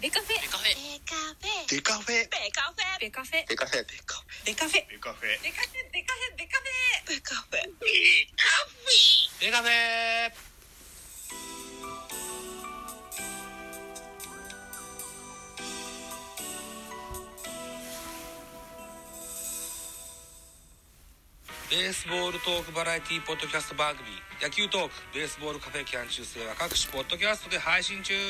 ベカフェベカフェベカフェベカフェベカフェベカフェベカフェベカフェベカフェベカフェベカフェベカフェベカフェベカフェ。ベースボールトークバラエティポッドキャスト番組野球トークベースボールカフェキャン中世は各種ポッドキャストで配信中。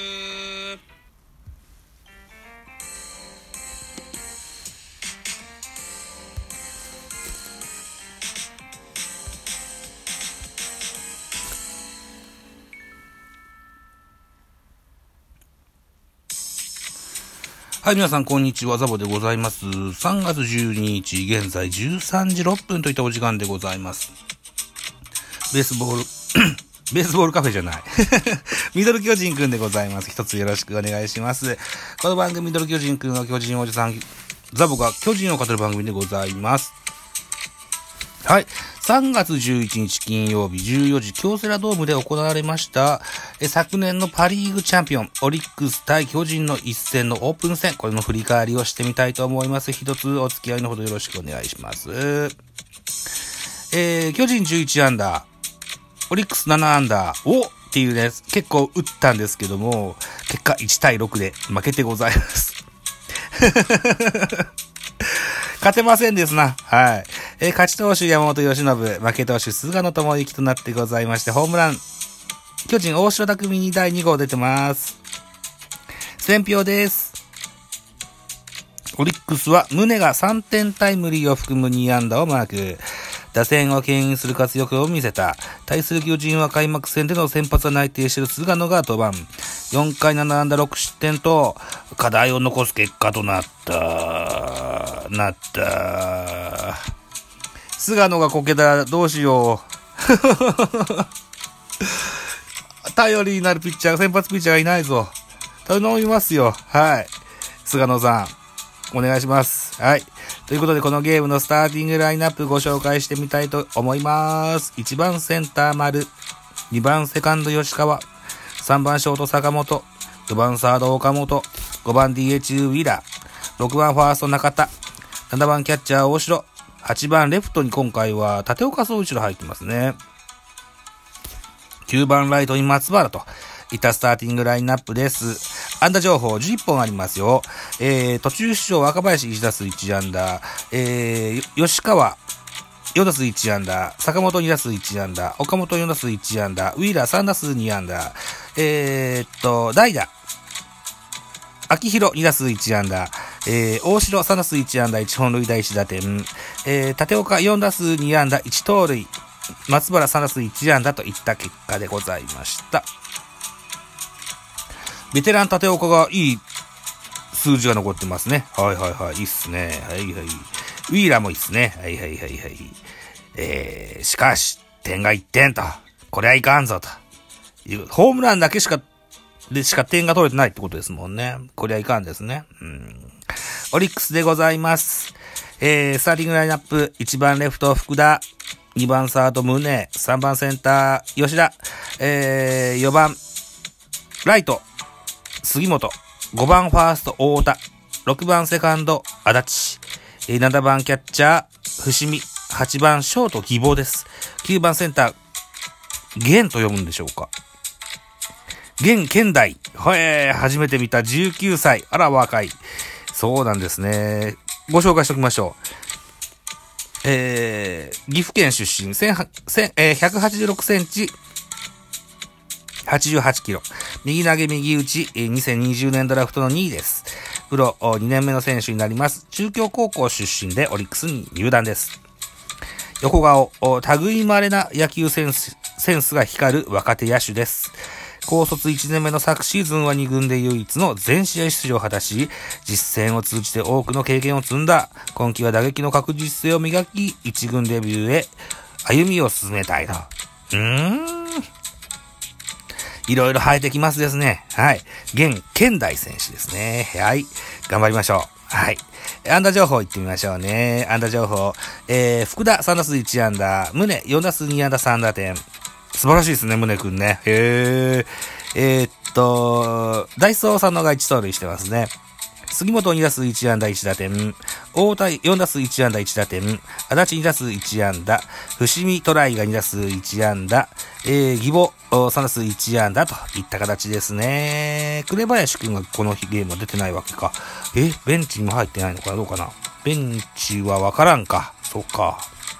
はい、皆さんこんにちは、ザボでございます。3月12日現在13時6分といったお時間でございます。ベースボールカフェじゃないミドル巨人くんでございます。一つよろしくお願いします。この番組ミドル巨人くんは巨人おじさんザボが巨人を語る番組でございます。はい。3月11日金曜日14時京セラドームで行われました昨年のパリーグチャンピオンオリックス対巨人の一戦のオープン戦、これの振り返りをしてみたいと思います。一つお付き合いのほどよろしくお願いします。巨人11アンダーオリックス7アンダーをっていうね、結構打ったんですけども、結果1対6で負けてございます勝てませんですな。はい。勝ち投手山本由伸、負け投手菅野智之となってございまして、ホームラン、巨人大城匠に第2号出てます。選票です。オリックスは宗が3点タイムリーを含む2安打をマーク。打線を牽引する活躍を見せた。対する巨人は開幕戦での先発は内定している菅野が登板。4回7安打6失点と課題を残す結果となった。菅野がこけたらどうしよう頼りになるピッチャー、先発ピッチャーがいないぞ。頼みますよ。はい。菅野さん、お願いします。はい。ということで、このゲームのスターティングラインナップご紹介してみたいと思います。1番センター丸、2番セカンド吉川、3番ショート坂本、4番サード岡本、5番 DH ウィーラー、6番ファースト中田、7番キャッチャー大城、8番レフトに今回は立岡総一郎入ってますね。9番ライトに松原といったスターティングラインナップです。安打情報11本ありますよ。途中出場若林1打数1安打、吉川4打数1安打、坂本2打数1安打、岡本4打数1安打、ウィーラー3打数2安打、代打秋広2打数1安打、大城3打数1安打1本塁打1打点、立岡4打数2安打1盗塁、松原3打数1安打といった結果でございました。ベテラン立岡がいい数字が残ってますね。はいはいはい、いいっすね。はいはい。ウィーラーもいいっすね。はいはいはいはい。しかし、点が1点と。これはいかんぞと。ホームランだけしか点が取れてないってことですもんね。これはいかんですね。オリックスでございます。スターティングラインナップ、1番レフト福田、2番サード宗、3番センター吉田、4番ライト杉本、5番ファースト太田、6番セカンド足立、7番キャッチャー伏見、8番ショート義母です。9番センター源と読むんでしょうか。源健大、初めて見た19歳、あら若い。そうなんですね。ご紹介しておきましょう。岐阜県出身、186センチ、88キロ。右投げ右打ち、2020年ドラフトの2位です。プロ2年目の選手になります。中京高校出身でオリックスに入団です。横顔、類まれな野球センスが光る若手野手です。高卒1年目の昨シーズンは2軍で唯一の全試合出場を果たし、実戦を通じて多くの経験を積んだ。今季は打撃の確実性を磨き、1軍デビューへ歩みを進めたいと。いろいろ生えてきますですね。はい。現健大選手ですね。はい。頑張りましょう。はい。安打情報いってみましょうね。安打情報。福田3打数1安打。宗4打数2安打3打点。素晴らしいですね、宗くんね。 ダイソーさんのが1盗塁してますね。杉本2打数1安打1打点、大田4打数1安打1打点、足立2打数1安打、伏見トライが2打数1安打、義母3打数1安打といった形ですね。紅林くんがこの日ゲームは出てないわけか。ベンチにも入ってないのかな、どうかな。ベンチはわからんか。そうか。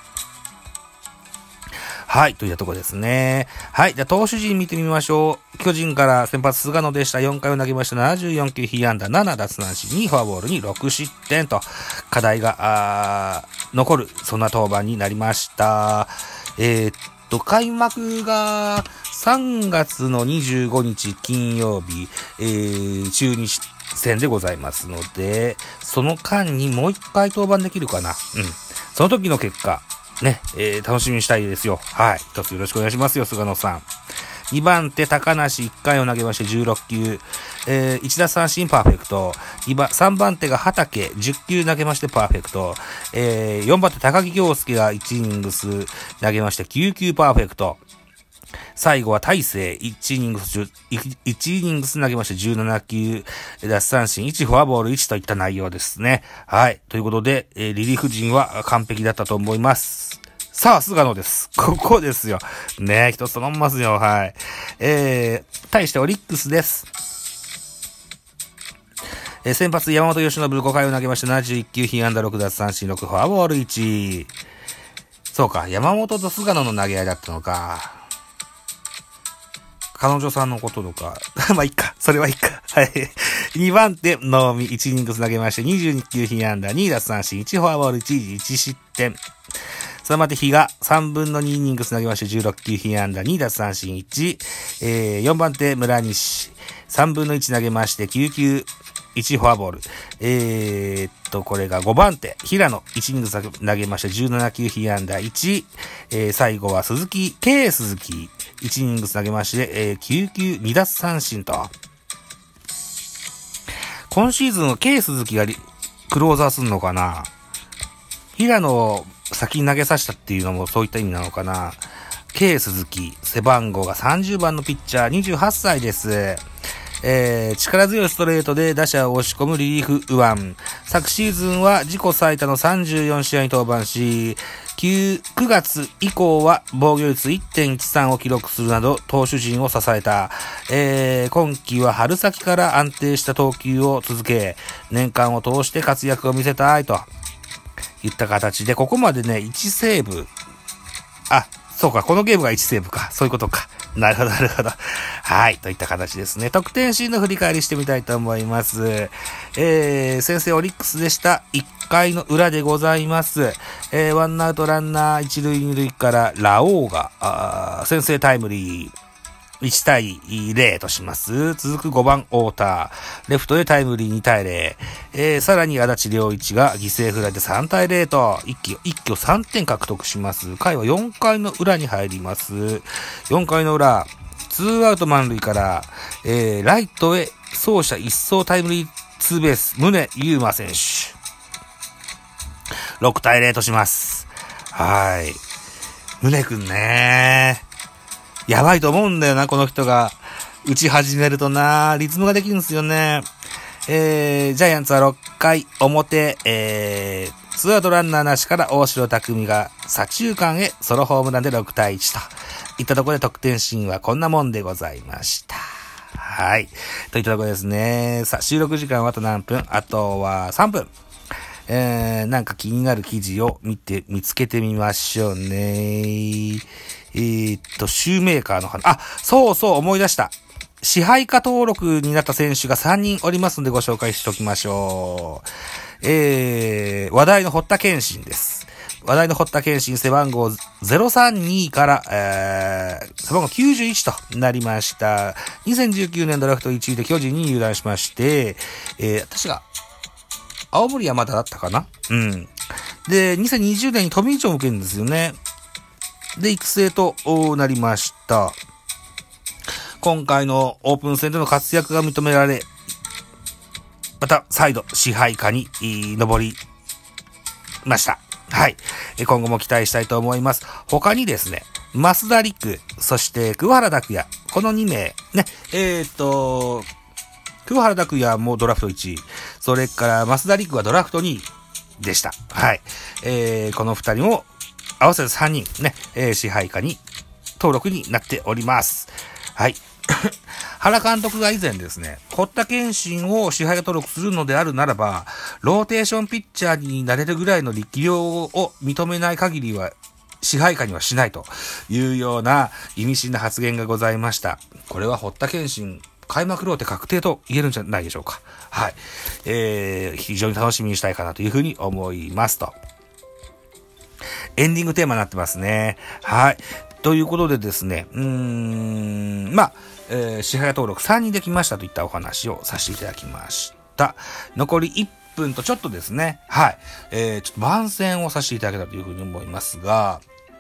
はい、といったところですね。はい、じゃあ投手陣見てみましょう。巨人から先発菅野でした。4回を投げました74球、被安打7奪三振2フォアボールに6失点と課題が残るそんな登板になりました。開幕が3月の25日金曜日、中日戦でございますので、その間にもう一回登板できるかな。その時の結果ね、楽しみにしたいですよ。はい。一つよろしくお願いしますよ、菅野さん。2番手、高梨1回を投げまして16球、1打三振パーフェクト。3番手が畠10球投げましてパーフェクト。4番手、高木京介が1イニングス投げまして9球パーフェクト。最後は大勢1イニングス投げまして17球、奪三振1、フォアボール1といった内容ですね。はい。ということで、リリーフ陣は完璧だったと思います。さあ、菅野です。ここですよ。ね、一つ頼みますよ。はい。対してオリックスです。先発山本由伸5回を投げまして71球、被安打6奪三振6、フォアボール1。そうか、山本と菅野の投げ合いだったのか。彼女さんのこととか。まあ、いっか。それはいっか。はい。2番手、能見1イニングス投げまして、22球被安打、2奪三振、1フォアボール、1失点。3番手、比嘉、3分の2イニングス投げまして、16球被安打、2奪三振、1。4番手、村西、3分の1投げまして、9球、1フォアボール。これが5番手、平野、1イニングス投げまして、17球被安打、1。最後は鈴木、鈴木、1イニングス投げまして、9球2奪三振と。今シーズンは鈴木がクローザーすんのかな。平野を先に投げさせたっていうのもそういった意味なのかな。鈴木、背番号が30番のピッチャー、28歳です。力強いストレートで打者を押し込むリリーフ右腕。昨シーズンは自己最多の34試合に登板し、9月以降は防御率 1.13 を記録するなど投手陣を支えた。今季は春先から安定した投球を続け、年間を通して活躍を見せたいといった形で、ここまでね、1セーブ。そうか、このゲームが1セーブか。そういうことか。なるほど、なるほど。はい。といった形ですね。得点シーンの振り返りしてみたいと思います。先制オリックスでした。1回の裏でございます。ワンアウトランナー1塁2塁からラオウが、先制タイムリー。1対0とします。続く5番太田。レフトでタイムリー2対0。さらに足立良一が犠牲フライで3対0と一挙3点獲得します。回は4回の裏に入ります。4回の裏、2アウト満塁から、ライトへ走者一掃タイムリーツーベース、宗佑磨選手。6対0とします。はい。宗くんね。やばいと思うんだよな、この人が。打ち始めるとな、リズムができるんですよね。ジャイアンツは6回表、2アウトランナーなしから大城拓実が左中間へソロホームランで6対1といったところで得点シーンはこんなもんでございました。はい。といったところですね。さあ、収録時間はあと何分？あとは3分。なんか気になる記事を見つけてみましょうね。シューメーカーの話。そうそう、思い出した。支配下登録になった選手が3人おりますのでご紹介しておきましょう。話題の堀田健信です。話題の堀田健信背番号032から、背番号91となりました。2019年ドラフト1位で巨人に入団しまして、私が青森山田だったかな？で、2020年にトミー賞を受けるんですよね。で、育成となりました。今回のオープン戦での活躍が認められ、また再度支配下に上りました。はい。今後も期待したいと思います。他にですね、増田陸、そして桑原拓也、 この2名、ね、桑原拓也もドラフト1位、それから増田陸はドラフト2位でした。はい。この2人も合わせて3人ね、支配下に登録になっております。はい。原監督が以前ですね、堀田健信を支配下登録するのであるならば、ローテーションピッチャーになれるぐらいの力量を認めない限りは、支配下にはしないというような意味深な発言がございました。これは堀田健信、開幕ローテ確定と言えるんじゃないでしょうか。はい。非常に楽しみにしたいかなというふうに思いますと。エンディングテーマになってますね。はい。ということでですね、支配下登録3人できましたといったお話をさせていただきました。残り1分とちょっとですね、はい。ちょっと番宣をさせていただけたというふうに思いますが、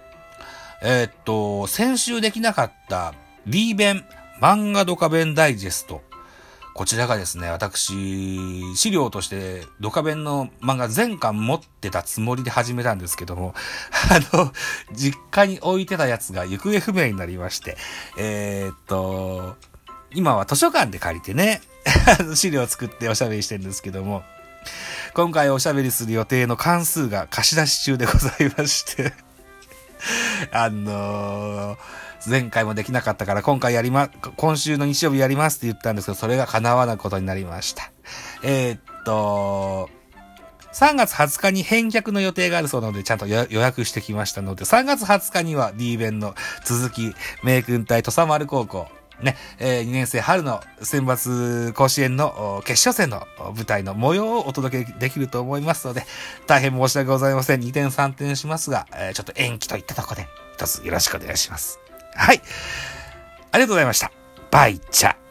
先週できなかった D 弁漫画ドカ弁ダイジェスト。こちらがですね、私、資料としてドカ弁の漫画全巻持ってたつもりで始めたんですけども、実家に置いてたやつが行方不明になりまして、今は図書館で借りてね、資料を作っておしゃべりしてるんですけども、今回おしゃべりする予定の関数が貸し出し中でございまして、前回もできなかったから今週の日曜日やりますって言ったんですけど、それが叶わないことになりました。3月20日に返却の予定があるそうなので、ちゃんと予約してきましたので、3月20日には D 弁の続き、名君対土佐丸高校、ね、2年生春の選抜甲子園の決勝戦の舞台の模様をお届けできると思いますので、大変申し訳ございません。2点3点しますが、ちょっと延期といったところで、一つよろしくお願いします。はい。ありがとうございました。バイチャ。